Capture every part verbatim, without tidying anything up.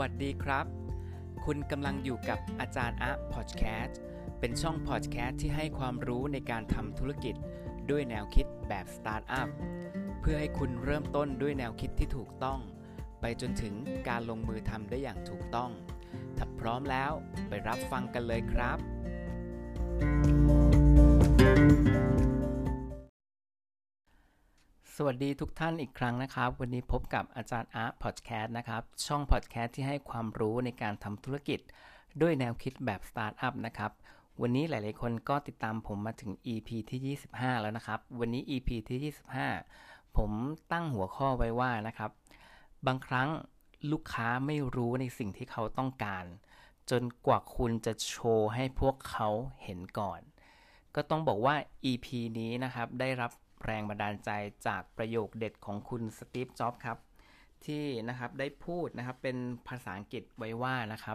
วัสดีครับคุณกำลังอยู่กับอาจารย์อะพอดแคสต์เป็นช่องพอดแคสต์ที่ให้ความรู้ในการทำธุรกิจด้วยแนวคิดแบบสตาร์ทอัพเพื่อให้คุณเริ่มต้นด้วยแนวคิดที่ถูกต้องไปจนถึงการลงมือทำได้อย่างถูกต้องถ้าพร้อมแล้วไปรับฟังกันเลยครับสวัสดีทุกท่านอีกครั้งนะครับวันนี้พบกับอาจารย์อาร์ตพอดแคสต์นะครับช่องพอดแคสต์ที่ให้ความรู้ในการทำธุรกิจด้วยแนวคิดแบบสตาร์ทอัพนะครับวันนี้หลายๆคนก็ติดตามผมมาถึง อี พี ที่ยี่สิบห้าแล้วนะครับวันนี้ อี พี ที่ยี่สิบห้าผมตั้งหัวข้อไว้ว่านะครับบางครั้งลูกค้าไม่รู้ในสิ่งที่เขาต้องการจนกว่าคุณจะโชว์ให้พวกเขาเห็นก่อนก็ต้องบอกว่า อี พี นี้นะครับได้รับแรงบันดาลใจจากประโยคเด็ดของคุณสตีฟ จ็อบส์ครับที่นะครับได้พูดนะครับเป็นภาษาอังกฤษไว้ว่านะครับ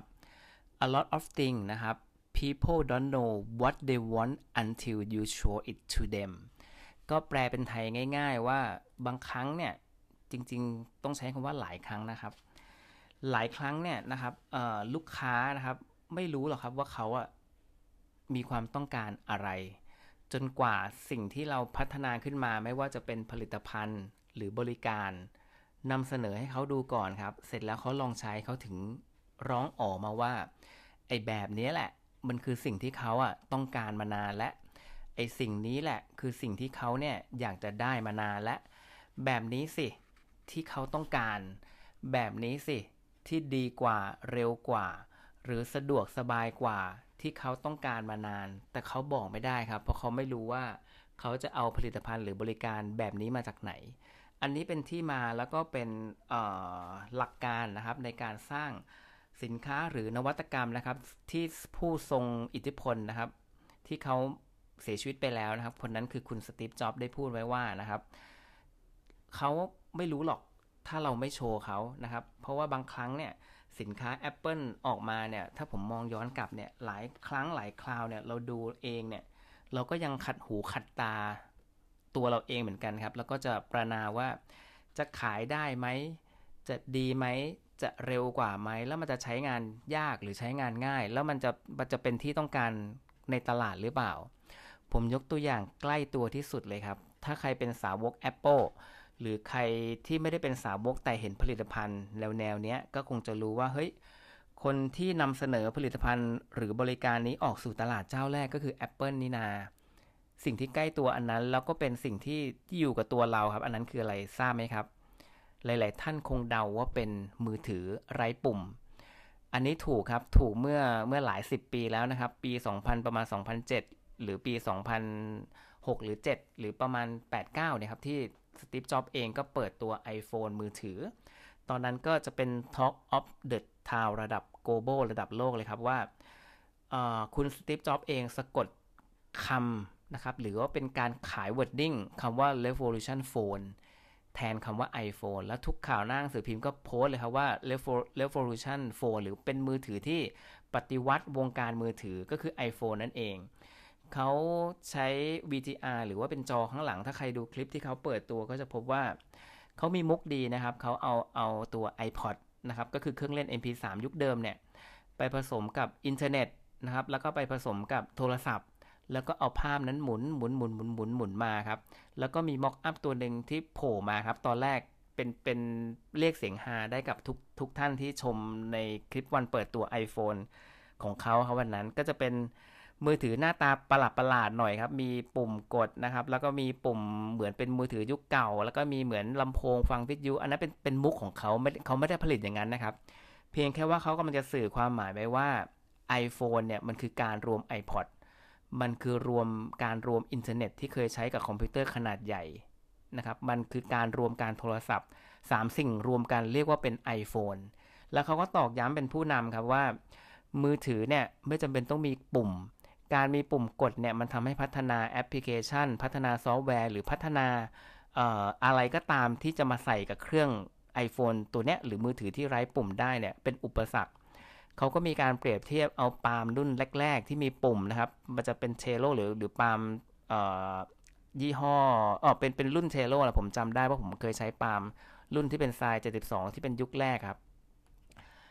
a lot of things นะครับ people don't know what they want until you show it to them ก็แปลเป็นไทยง่ายๆว่าบางครั้งเนี่ยจริงๆต้องใช้คำว่าหลายครั้งนะครับหลายครั้งเนี่ยนะครับลูกค้านะครับไม่รู้หรอกครับว่าเขาอะมีความต้องการอะไรจนกว่าสิ่งที่เราพัฒนาขึ้นมาไม่ว่าจะเป็นผลิตภัณฑ์หรือบริการนำเสนอให้เขาดูก่อนครับเสร็จแล้วเขาลองใช้เขาถึงร้องอ๋อมาว่าไอ้แบบนี้แหละมันคือสิ่งที่เขาอ่ะต้องการมานานและไอ้สิ่งนี้แหละคือสิ่งที่เขาเนี่ยอยากจะได้มานานและแบบนี้สิที่เขาต้องการแบบนี้สิที่ดีกว่าเร็วกว่าหรือสะดวกสบายกว่าที่เขาต้องการมานานแต่เขาบอกไม่ได้ครับเพราะเขาไม่รู้ว่าเขาจะเอาผลิตภัณฑ์หรือบริการแบบนี้มาจากไหนอันนี้เป็นที่มาแล้วก็เป็นหลักการนะครับในการสร้างสินค้าหรือนวัตกรรมนะครับที่ผู้ทรงอิทธิพลนะครับที่เขาเสียชีวิตไปแล้วนะครับคนนั้นคือคุณสตีฟ จ็อบส์ได้พูดไว้ว่านะครับเขาไม่รู้หรอกถ้าเราไม่โชว์เขานะครับเพราะว่าบางครั้งเนี่ยสินค้า Apple ออกมาเนี่ยถ้าผมมองย้อนกลับเนี่ยหลายครั้งหลายคราวเนี่ยเราดูเองเนี่ยเราก็ยังขัดหูขัดตาตัวเราเองเหมือนกันครับแล้วก็จะประณาว่าจะขายได้ไหมจะดีไหมจะเร็วกว่าไหมแล้วมันจะใช้งานยากหรือใช้งานง่ายแล้วมันจะมันจะเป็นที่ต้องการในตลาดหรือเปล่าผมยกตัวอย่างใกล้ตัวที่สุดเลยครับถ้าใครเป็นสาวก Appleหรือใครที่ไม่ได้เป็นสาวกแต่เห็นผลิตภัณฑ์แนวแนวเนี้ยก็คงจะรู้ว่าเฮ้ยคนที่นำเสนอผลิตภัณฑ์หรือบริการนี้ออกสู่ตลาดเจ้าแรกก็คือ Apple นี่นาสิ่งที่ใกล้ตัวอันนั้นแล้วก็เป็นสิ่งที่ที่อยู่กับตัวเราครับอันนั้นคืออะไรทราบไหมครับหลายๆท่านคงเดาว่าเป็นมือถือไร้ปุ่มอันนี้ถูกครับถูกเมื่อเมื่อหลายสิบปีแล้วนะครับปีสองพันประมาณสองพันเจ็ดหรือปีสองพันหกหรือเจ็ดหรือประมาณแปด เก้าเนี่ยครับที่สตีฟ จ็อบส์เองก็เปิดตัว iPhone มือถือตอนนั้นก็จะเป็น Talk of the Town ระดับ global ระดับโลกเลยครับว่าคุณสตีฟ จ็อบส์เองสะกดคำนะครับหรือว่าเป็นการขาย wording คำว่า revolution phone แทนคำว่า iPhone แล้วทุกข่าวหน้าหนังสือพิมพ์ก็โพสต์เลยครับว่า revolution phone หรือเป็นมือถือที่ปฏิวัติวงการมือถือก็คือ iPhone นั่นเองเขาใช้ วี ที อาร์ หรือว่าเป็นจอข้างหลังถ้าใครดูคลิปที่เขาเปิดตัวก็จะพบว่าเขามีมุกดีนะครับเขาเอาเอาตัว iPod นะครับก็คือเครื่องเล่น เอ็ม พี สาม ยุคเดิมเนี่ยไปผสมกับอินเทอร์เน็ตนะครับแล้วก็ไปผสมกับโทรศัพท์แล้วก็เอาภาพนั้นหมุนหมุนหมุนหมุนหมุนหมุนมาครับแล้วก็มีม็อกอัพตัวหนึ่งที่โผล่มาครับตอนแรกเป็นเป็นเรียกเสียงฮาได้กับทุกทุกท่านที่ชมในคลิปวันเปิดตัว iPhone ของเขาครับวันนั้นก็จะเป็นมือถือหน้าตาประหลาดประหลาดหน่อยครับมีปุ่มกดนะครับแล้วก็มีปุ่มเหมือนเป็นมือถือยุคเก่าแล้วก็มีเหมือนลำโพงฟังวิทยุอันนั้นเป็นเป็นมุกของเขาไม่เขาไม่ได้ผลิตอย่างนั้นนะครับเพียงแค่ว่าเขากำลังจะสื่อความหมายไว้ว่า iPhone เนี่ยมันคือการรวม iPod มันคือรวมการรวมอินเทอร์เน็ตที่เคยใช้กับคอมพิวเตอร์ขนาดใหญ่นะครับมันคือการรวมการโทรศัพท์สามสิ่งรวมกันเรียกว่าเป็น iPhone แล้วเขาก็ตอกย้ำเป็นผู้นำครับว่ามือถือเนี่ยไม่จำเป็นต้องมีปุ่มการมีปุ่มกดเนี่ยมันทำให้พัฒนาแอปพลิเคชันพัฒนาซอฟต์แวร์หรือพัฒนาเอ่ออะไรก็ตามที่จะมาใส่กับเครื่อง iPhone ตัวเนี้ยหรือมือถือที่ไร้ปุ่มได้เนี่ยเป็นอุปสรรคเขาก็มีการเปรียบเทียบเอาปาล์มรุ่นแรกๆที่มีปุ่มนะครับมันจะเป็นเชโลหรือหรือปาล์มเอ่อยี่ห้ออ๋อเป็นเป็นรุ่นเชโลนะผมจำได้ว่าผมเคยใช้ปาล์มรุ่นที่เป็นทรายเจ็ดสิบสองที่เป็นยุคแรกครับ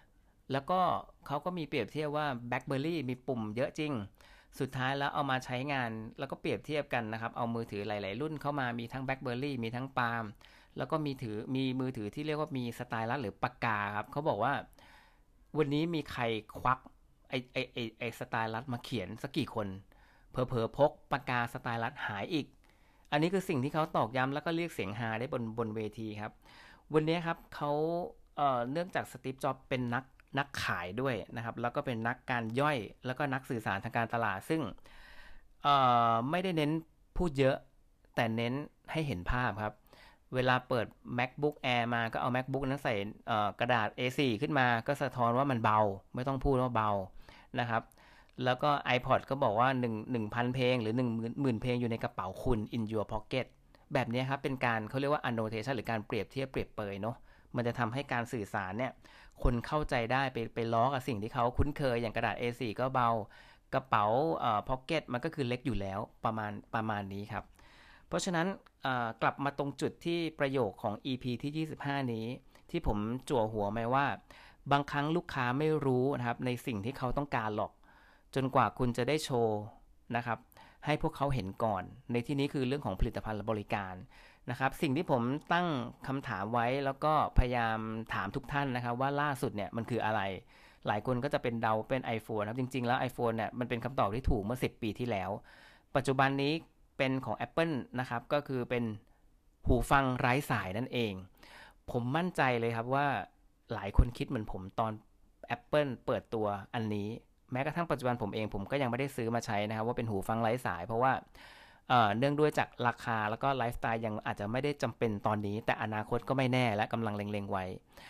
แล้วก็เขาก็มีเปรียบเทียบว่า BlackBerry มีปุ่มเยอะจริงสุดท้ายแล้วเอามาใช้งานแล้วก็เปรียบเทียบกันนะครับเอามือถือหลายๆรุ่นเข้ามามีทั้ง BlackBerry มีทั้ง Palm แล้วก็มีถือมีมือถือที่เรียกว่ามีสไตลัสหรือปากกาครับเขาบอกว่าวันนี้มีใครควักไอไอไอไอสไตลัสมาเขียนสักกี่คนเผลอๆพกปากกาสไตลัสหายอีกอันนี้คือสิ่งที่เขาตอกย้ำแล้วก็เรียกเสียงฮาได้บนบนเวทีครับวันนี้ครับเขาเอ่อเนื่องจากสตีฟจ็อบส์เป็นนักนักขายด้วยนะครับแล้วก็เป็นนักการย่อยแล้วก็นักสื่อสารทางการตลาดซึ่งเอ่อไม่ได้เน้นพูดเยอะแต่เน้นให้เห็นภาพครับเวลาเปิด MacBook Air มาก็เอา MacBook นั้นใส่กระดาษ เอ โฟร์ ขึ้นมาก็สะท้อนว่ามันเบาไม่ต้องพูดว่าเบานะครับแล้วก็ iPod ก็บอกว่า1 1,000 เพลงหรือ หนึ่งหมื่น เพลงอยู่ในกระเป๋าคุณ in your pocket แบบนี้ครับเป็นการเขาเรียกว่า annotation หรือการเปรียบเทียบเปรียบเปยเนาะมันจะทำให้การสื่อสารเนี่ยคนเข้าใจได้ไปไปล้อกับสิ่งที่เขาคุ้นเคยอย่างกระดาษ เอ โฟร์ ก็เบากระเป๋าเอ่อ pocket มันก็คือเล็กอยู่แล้วประมาณประมาณนี้ครับเพราะฉะนั้นกลับมาตรงจุดที่ประโยคของ อี พี ที่ยี่สิบห้านี้ที่ผมจั่วหัวมาว่าบางครั้งลูกค้าไม่รู้นะครับในสิ่งที่เขาต้องการหรอกจนกว่าคุณจะได้โชว์นะครับให้พวกเขาเห็นก่อนในที่นี้คือเรื่องของผลิตภัณฑ์และบริการนะครับสิ่งที่ผมตั้งคำถามไว้แล้วก็พยายามถามทุกท่านนะครับว่าล่าสุดเนี่ยมันคืออะไรหลายคนก็จะเป็นเดาเป็น iPhone ครับจริงๆแล้ว iPhone เนี่ยมันเป็นคำตอบที่ถูกเมื่อสิบปีที่แล้วปัจจุบันนี้เป็นของ Apple นะครับก็คือเป็นหูฟังไร้สายนั่นเองผมมั่นใจเลยครับว่าหลายคนคิดเหมือนผมตอน Apple เปิดตัวอันนี้แม้กระทั่งปัจจุบันผมเองผมก็ยังไม่ได้ซื้อมาใช้นะครับว่าเป็นหูฟังไร้สายเพราะว่าเอ่อเนื่องด้วยจากราคาแล้วก็ไลฟ์สไตล์ยังอาจจะไม่ได้จำเป็นตอนนี้แต่อนาคตก็ไม่แน่และกำลังเล็งๆไว้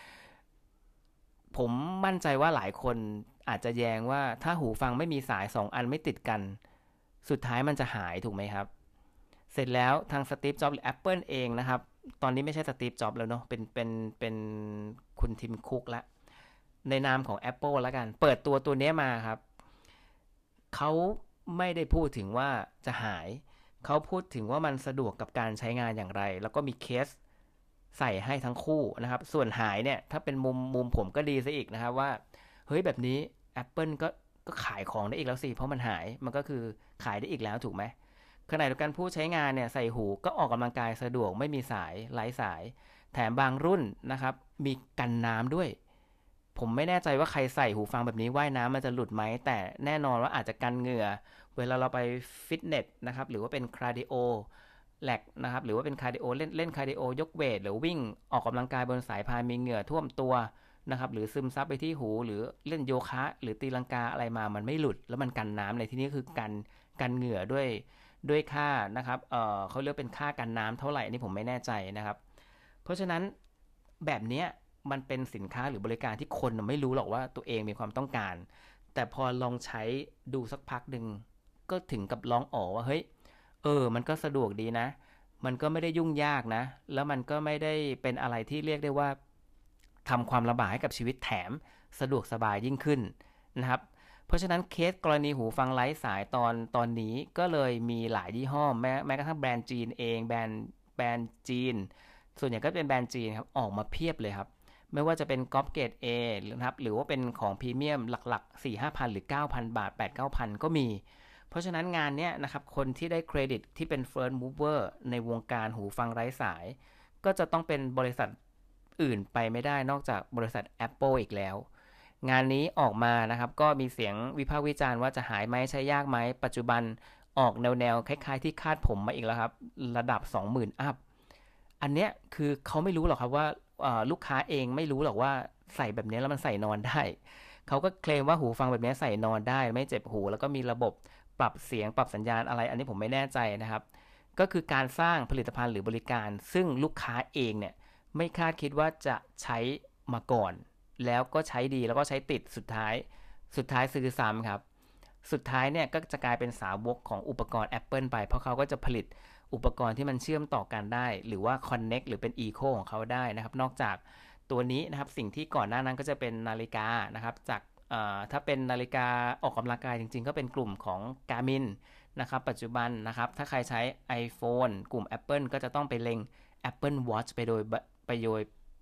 ผมมั่นใจว่าหลายคนอาจจะแย้งว่าถ้าหูฟังไม่มีสายสองอันไม่ติดกันสุดท้ายมันจะหายถูกไหมครับเสร็จแล้วทางสตีฟจ็อบส์หรือ Apple เองนะครับตอนนี้ไม่ใช่สตีฟจ็อบส์แล้วเนาะเป็นเป็นเป็นคุณทิมคุกละในนามของ Apple แล้วกันเปิดตัวตัวนี้มาครับเขาไม่ได้พูดถึงว่าจะหายเขาพูดถึงว่ามันสะดวกกับการใช้งานอย่างไรแล้วก็มีเคสใส่ให้ทั้งคู่นะครับส่วนหายเนี่ยถ้าเป็นมุมมุมผมก็ดีซะอีกนะครับว่าเฮ้ยแบบนี้ Apple ก็ก็ขายของได้อีกแล้วสิเพราะมันหายมันก็คือขายได้อีกแล้วถูกไหมขณะเดียวกันผู้ใช้งานเนี่ยใส่หูก็ออกกำลังกายสะดวกไม่มีสายไร้สายแถมบางรุ่นนะครับมีกันน้ำด้วยผมไม่แน่ใจว่าใครใส่หูฟังแบบนี้ว่ายน้ำมันจะหลุดไหมแต่แน่นอนว่าอาจจะกันเหงื่อเวลาเราไปฟิตเนสนะครับหรือว่าเป็นคาร์ดิโอแลกนะครับหรือว่าเป็นคาร์ดิโอเล่นเล่นคาร์ดิโอยกเวทหรือวิ่งออกกำลังกายบนสายพานมีเหงื่อท่วมตัวนะครับหรือซึมซับไปที่หูหรือเล่นโยคะหรือตีลังกาอะไรมามันไม่หลุดแล้วมันกันน้ำในที่นี้คือกันกันเหงื่อด้วยด้วยค่านะครับเอ่อเขาเรียกเป็นค่ากันน้ำเท่าไหร่นี่ผมไม่แน่ใจนะครับเพราะฉะนั้นแบบนี้มันเป็นสินค้าหรือบริการที่คนไม่รู้หรอกว่าตัวเองมีความต้องการแต่พอลองใช้ดูสักพักหนึ่งก็ถึงกับร้องอ๋อว่าเฮ้ยเออมันก็สะดวกดีนะมันก็ไม่ได้ยุ่งยากนะแล้วมันก็ไม่ได้เป็นอะไรที่เรียกได้ว่าทำความลำบากให้กับชีวิตแถมสะดวกสบายยิ่งขึ้นนะครับเพราะฉะนั้นเคสกรณีหูฟังไร้สายตอนตอนนี้ก็เลยมีหลายยี่ห้อแม้แม้กระทั่งแบรนด์จีนเองแบรนด์แบรนด์จีนส่วนใหญ่ก็เป็นแบรนด์จีนครับออกมาเพียบเลยครับไม่ว่าจะเป็นก๊อปเกรด A นะครับหรือว่าเป็นของพรีเมียมหลักๆ สี่ห้าพัน หรือ เก้าพัน บาท แปดเก้าพัน ก็มีเพราะฉะนั้นงานนี้นะครับคนที่ได้เครดิตที่เป็น First Mover ในวงการหูฟังไร้สายก็จะต้องเป็นบริษัทอื่นไปไม่ได้นอกจากบริษัท Apple อีกแล้วงานนี้ออกมานะครับก็มีเสียงวิพากษ์วิจารณ์ว่าจะหายไหมใช้ยากไหมปัจจุบันออกแนวๆคล้ายๆที่คาดผมมาอีกแล้วครับระดับ สองหมื่น อัพอันเนี้ยคือเขาไม่รู้หรอกครับว่าลูกค้าเองไม่รู้หรอกว่าใส่แบบนี้แล้วมันใส่นอนได้เขาก็เคลมว่าหูฟังแบบนี้ใส่นอนได้ไม่เจ็บหูแล้วก็มีระบบปรับเสียงปรับสัญญาณอะไรอันนี้ผมไม่แน่ใจนะครับก็คือการสร้างผลิตภัณฑ์หรือบริการซึ่งลูกค้าเองเนี่ยไม่คาดคิดว่าจะใช้มาก่อนแล้วก็ใช้ดีแล้วก็ใช้ติดสุดท้ายสุดท้ายซื้อซ้ำครับสุดท้ายเนี่ยก็จะกลายเป็นสาวกของอุปกรณ์ Apple ไปเพราะเขาก็จะผลิตอุปกรณ์ที่มันเชื่อมต่อกันได้หรือว่า Connect หรือเป็น Eco ของเขาได้นะครับนอกจากตัวนี้นะครับสิ่งที่ก่อนหน้านั้นก็จะเป็นนาฬิกานะครับจากถ้าเป็นนาฬิกาออกกำลังกายจริงๆก็เป็นกลุ่มของ Garmin นะครับปัจจุบันนะครับถ้าใครใช้ iPhone กลุ่ม Apple ก็จะต้องไปเล็ง Apple Watch ไปโดยไปโดย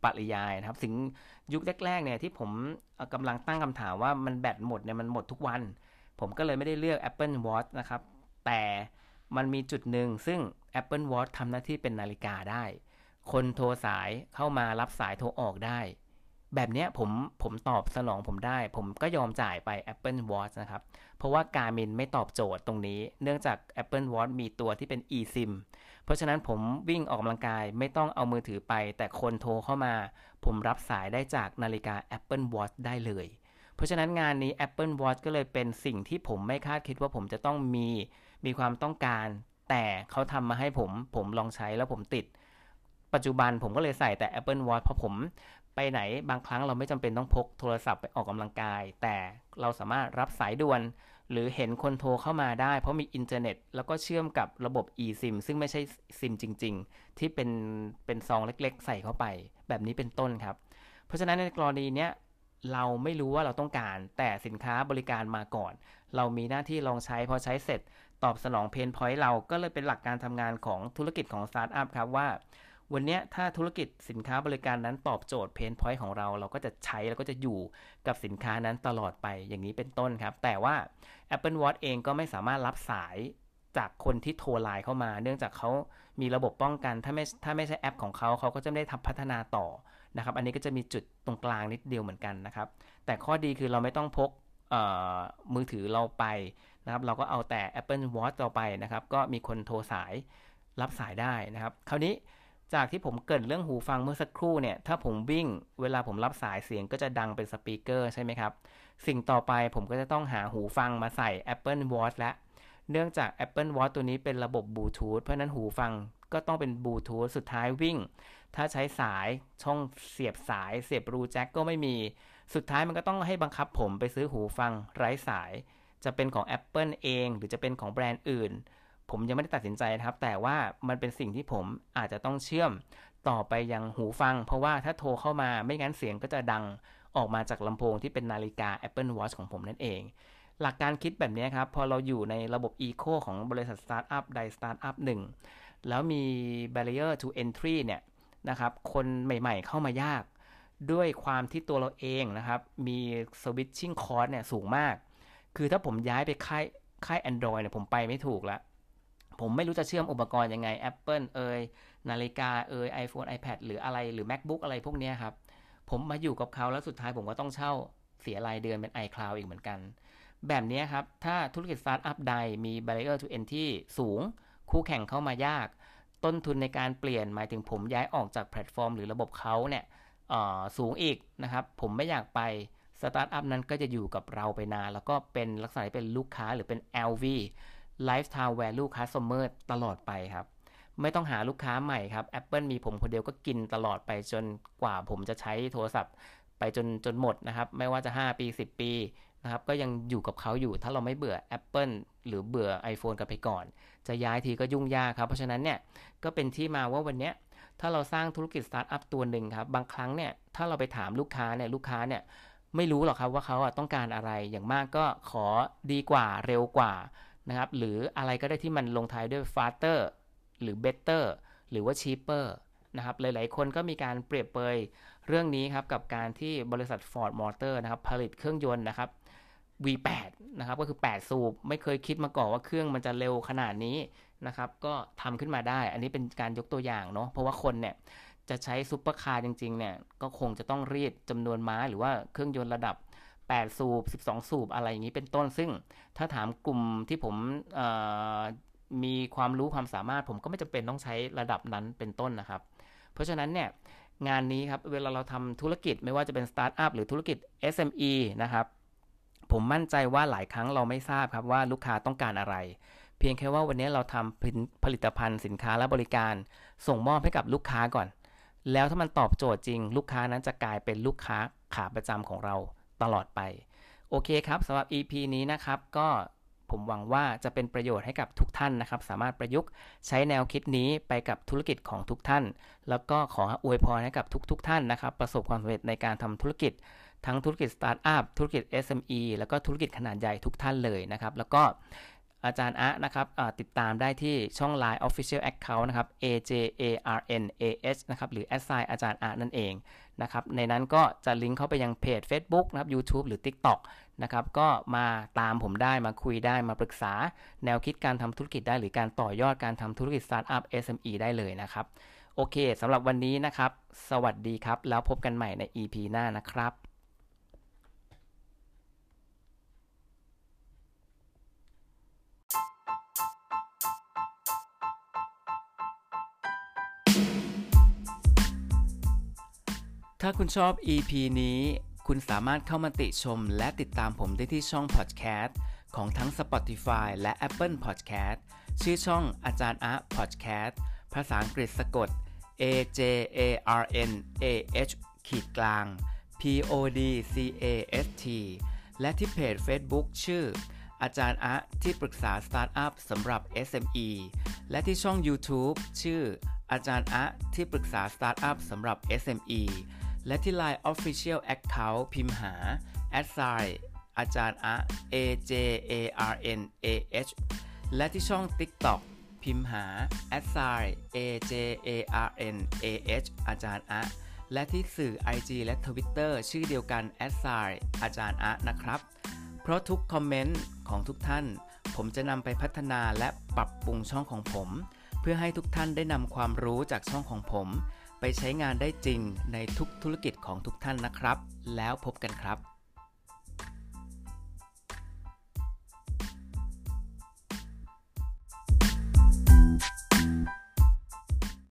ปริยายนะครับถึงยุคแรกๆเนี่ยที่ผมกำลังตั้งคำถามว่ามันแบตหมดเนี่ยมันหมดทุกวันผมก็เลยไม่ได้เลือก Apple Watch นะครับแต่มันมีจุดหนึ่งซึ่ง Apple Watch ทำหน้าที่เป็นนาฬิกาได้คนโทรสายเข้ามารับสายโทรออกได้แบบนี้ผมผมตอบสนองผมได้ผมก็ยอมจ่ายไป Apple Watch นะครับเพราะว่า Garmin ไม่ตอบโจทย์ตรงนี้เนื่องจาก Apple Watch มีตัวที่เป็น eSIM เพราะฉะนั้นผมวิ่งออกกำลังกายไม่ต้องเอามือถือไปแต่คนโทรเข้ามาผมรับสายได้จากนาฬิกา Apple Watch ได้เลยเพราะฉะนั้นงานนี้ Apple Watch ก็เลยเป็นสิ่งที่ผมไม่คาดคิดว่าผมจะต้องมีมีความต้องการแต่เขาทำมาให้ผมผมลองใช้แล้วผมติดปัจจุบันผมก็เลยใส่แต่ Apple Watch เพราะผมไปไหนบางครั้งเราไม่จำเป็นต้องพกโทรศัพท์ไปออกกำลังกายแต่เราสามารถรับสายด่วนหรือเห็นคนโทรเข้ามาได้เพราะมีอินเทอร์เน็ตแล้วก็เชื่อมกับระบบ eSIM ซึ่งไม่ใช่ซิมจริงๆที่เป็นเป็นซองเล็กๆใส่เข้าไปแบบนี้เป็นต้นครับเพราะฉะนั้นในกรณีนี้เราไม่รู้ว่าเราต้องการแต่สินค้าบริการมาก่อนเรามีหน้าที่ลองใช้พอใช้เสร็จตอบสนองเพนพอยต์เราก็เลยเป็นหลักการทำงานของธุรกิจของสตาร์ทอัพครับว่าวันนี้ถ้าธุรกิจสินค้าบริการนั้นตอบโจทย์เพนพอยต์ของเราเราก็จะใช้แล้วก็จะอยู่กับสินค้านั้นตลอดไปอย่างนี้เป็นต้นครับแต่ว่า Apple Watch เองก็ไม่สามารถรับสายจากคนที่โทรไลน์เข้ามาเนื่องจากเขามีระบบป้องกันถ้าไม่ถ้าไม่ใช่แอปของเขาเขาก็จะไม่ได้ทำพัฒนาต่อนะครับอันนี้ก็จะมีจุดตรงกลางนิดเดียวเหมือนกันนะครับแต่ข้อดีคือเราไม่ต้องพกมือถือเราไปนะครับเราก็เอาแต่ Apple Watch เราไปนะครับก็มีคนโทรสายรับสายได้นะครับคราวนี้จากที่ผมเกริ่นเรื่องหูฟังเมื่อสักครู่เนี่ยถ้าผมวิ่งเวลาผมรับสายเสียงก็จะดังเป็นสปีกเกอร์ใช่ไหมครับสิ่งต่อไปผมก็จะต้องหาหูฟังมาใส่ Apple Watch และเนื่องจาก Apple Watch ตัวนี้เป็นระบบบลูทูธเพราะนั้นหูฟังก็ต้องเป็นบลูทูธสุดท้ายวิ่งถ้าใช้สายช่องเสียบสายเสียบรูแจ็คก็ไม่มีสุดท้ายมันก็ต้องให้บังคับผมไปซื้อหูฟังไร้สายจะเป็นของ Apple เองหรือจะเป็นของแบรนด์อื่นผมยังไม่ได้ตัดสินใจนะครับแต่ว่ามันเป็นสิ่งที่ผมอาจจะต้องเชื่อมต่อไปยังหูฟังเพราะว่าถ้าโทรเข้ามาไม่งั้นเสียงก็จะดังออกมาจากลำโพงที่เป็นนาฬิกา Apple Watch ของผมนั่นเองหลักการคิดแบบนี้ครับพอเราอยู่ในระบบ Eco ของบริษัทสตาร์ทอัพใดสตาร์ทอัพหนึ่งแล้วมี barrier to entry เนี่ยนะครับคนใหม่ๆเข้ามายากด้วยความที่ตัวเราเองนะครับมี switching cost เนี่ยสูงมากคือถ้าผมย้ายไปค่ายค่าย Android เนี่ยผมไปไม่ถูกแล้วผมไม่รู้จะเชื่อมอุปกรณ์ยังไง Apple เอ่ยนาฬิกาเอ่ย iPhone iPad หรืออะไรหรือ MacBook อะไรพวกนี้ครับผมมาอยู่กับเขาแล้วสุดท้ายผมก็ต้องเช่าเสียรายเดือนเป็น iCloud อีกเหมือนกันแบบนี้ครับถ้าธุรกิจสตาร์ทอัพใดมี barrier to entry สูงคู่แข่งเข้ามายากต้นทุนในการเปลี่ยนหมายถึงผมย้ายออกจากแพลตฟอร์มหรือระบบเขาเนี่ยสูงอีกนะครับผมไม่อยากไปสตาร์ทอัพนั้นก็จะอยู่กับเราไปนานแล้วก็เป็นลักษณะเป็นลูกค้าหรือเป็น แอล วี Lifetime Value Customer ตลอดไปครับไม่ต้องหาลูกค้าใหม่ครับ Apple มีผมคนเดียวก็กินตลอดไปจนกว่าผมจะใช้โทรศัพท์ไปจนจนหมดนะครับไม่ว่าจะห้าปีสิบปีนะครับก็ยังอยู่กับเขาอยู่ถ้าเราไม่เบื่อ Apple หรือเบื่อ iPhone กันไปก่อนจะย้ายทีก็ยุ่งยากครับเพราะฉะนั้นเนี่ยก็เป็นที่มาว่าวันนี้ถ้าเราสร้างธุรกิจสตาร์ทอัพตัวหนึ่งครับบางครั้งเนี่ยถ้าเราไปถามลูกค้าเนี่ยลูกค้าเนี่ยไม่รู้หรอกครับว่าเขาต้องการอะไรอย่างมากก็ขอดีกว่าเร็วกว่านะครับหรืออะไรก็ได้ที่มันลงท้ายด้วย faster หรือ better หรือว่า cheaper นะครับหลายๆคนก็มีการเปรียบเปยเรื่องนี้ครับกับการที่บริษัท Ford Motor นะครับผลิตเครื่องยนต์นะครับ วี แปด นะครับก็คือแปดสูบไม่เคยคิดมาก่อนว่าเครื่องมันจะเร็วขนาดนี้นะครับก็ทำขึ้นมาได้อันนี้เป็นการยกตัวอย่างเนาะเพราะว่าคนเนี่ยจะใช้ซุปเปอร์คาร์จริงๆเนี่ยก็คงจะต้องรีดจำนวนม้าหรือว่าเครื่องยนต์ระดับแปดสูบสิบสองสูบอะไรอย่างนี้เป็นต้นซึ่งถ้าถามกลุ่มที่ผมมีความรู้ความสามารถผมก็ไม่จำเป็นต้องใช้ระดับนั้นเป็นต้นนะครับเพราะฉะนั้นเนี่ยงานนี้ครับเวลาเราทำธุรกิจไม่ว่าจะเป็นสตาร์ทอัพหรือธุรกิจ เอส เอ็ม อี นะครับผมมั่นใจว่าหลายครั้งเราไม่ทราบครับว่าลูกค้าต้องการอะไรเพียงแค่ว่าวันนี้เราทำผลิตภัณฑ์สินค้าและบริการส่งมอบให้กับลูกค้าก่อนแล้วถ้ามันตอบโจทย์จริงลูกค้านั้นจะกลายเป็นลูกค้าขาประจำของเราตลอดไปโอเคครับสำหรับ อี พี นี้นะครับก็ผมหวังว่าจะเป็นประโยชน์ให้กับทุกท่านนะครับสามารถประยุกต์ใช้แนวคิดนี้ไปกับธุรกิจของทุกท่านแล้วก็ขออวยพรให้กับทุกๆท่านนะครับประสบความสำเร็จในการทำธุรกิจทั้งธุรกิจสตาร์ทอัพธุรกิจ เอส เอ็ม อี แล้วก็ธุรกิจขนาดใหญ่ทุกท่านเลยนะครับแล้วก็อาจารย์อะนะครับติดตามได้ที่ช่อง ไลน์ Official Account นะครับ เอ เจ เอ อาร์ เอ็น เอ เอช นะครับหรือ แอท ไซน์ อาจารย์อะนั่นเองนะครับในนั้นก็จะลิงก์เข้าไปยังเพจ Facebook นะครับ YouTube หรือ TikTok นะครับก็มาตามผมได้มาคุยได้มาปรึกษาแนวคิดการทำธุรกิจได้หรือการต่อยอดการทำธุรกิจสตาร์ทอัพ เอส เอ็ม อี ได้เลยนะครับโอเคสำหรับวันนี้นะครับสวัสดีครับแล้วพบกันใหม่ใน อี พี หน้านะครับถ้าคุณชอบ อี พี นี้คุณสามารถเข้ามาติชมและติดตามผมได้ที่ช่อง Podcast ของทั้ง Spotify และ Apple Podcast ชื่อช่องอาจารย์อะ Podcast ภาษาอังกฤษสะกด A J A R N A H ขีดกลาง P O D C A S T และที่เพจ Facebook ชื่ออาจารย์อะที่ปรึกษาสตาร์ทอัพสำหรับ เอส เอ็ม อี และที่ช่อง YouTube ชื่ออาจารย์อะที่ปรึกษาสตาร์ทอัพสำหรับ เอส เอ็ม อี และที่ ไลน์ Official Account พิมพ์หา แอท ไซน์ อาจารย์อะ A J A R N A H และที่ช่อง TikTok พิมพ์หา แอท ไซน์ A J A R N A H อาจารย์อะและที่สื่อ ไอ จี และ Twitter ชื่อเดียวกัน แอท ไซน์ อาจารย์อะนะครับเพราะทุกคอมเมนต์ของทุกท่านผมจะนำไปพัฒนาและปรับปรุงช่องของผมเพื่อให้ทุกท่านได้นำความรู้จากช่องของผมไปใช้งานได้จริงในทุกธุรกิจของทุกท่านนะครับแล้วพบกันครับ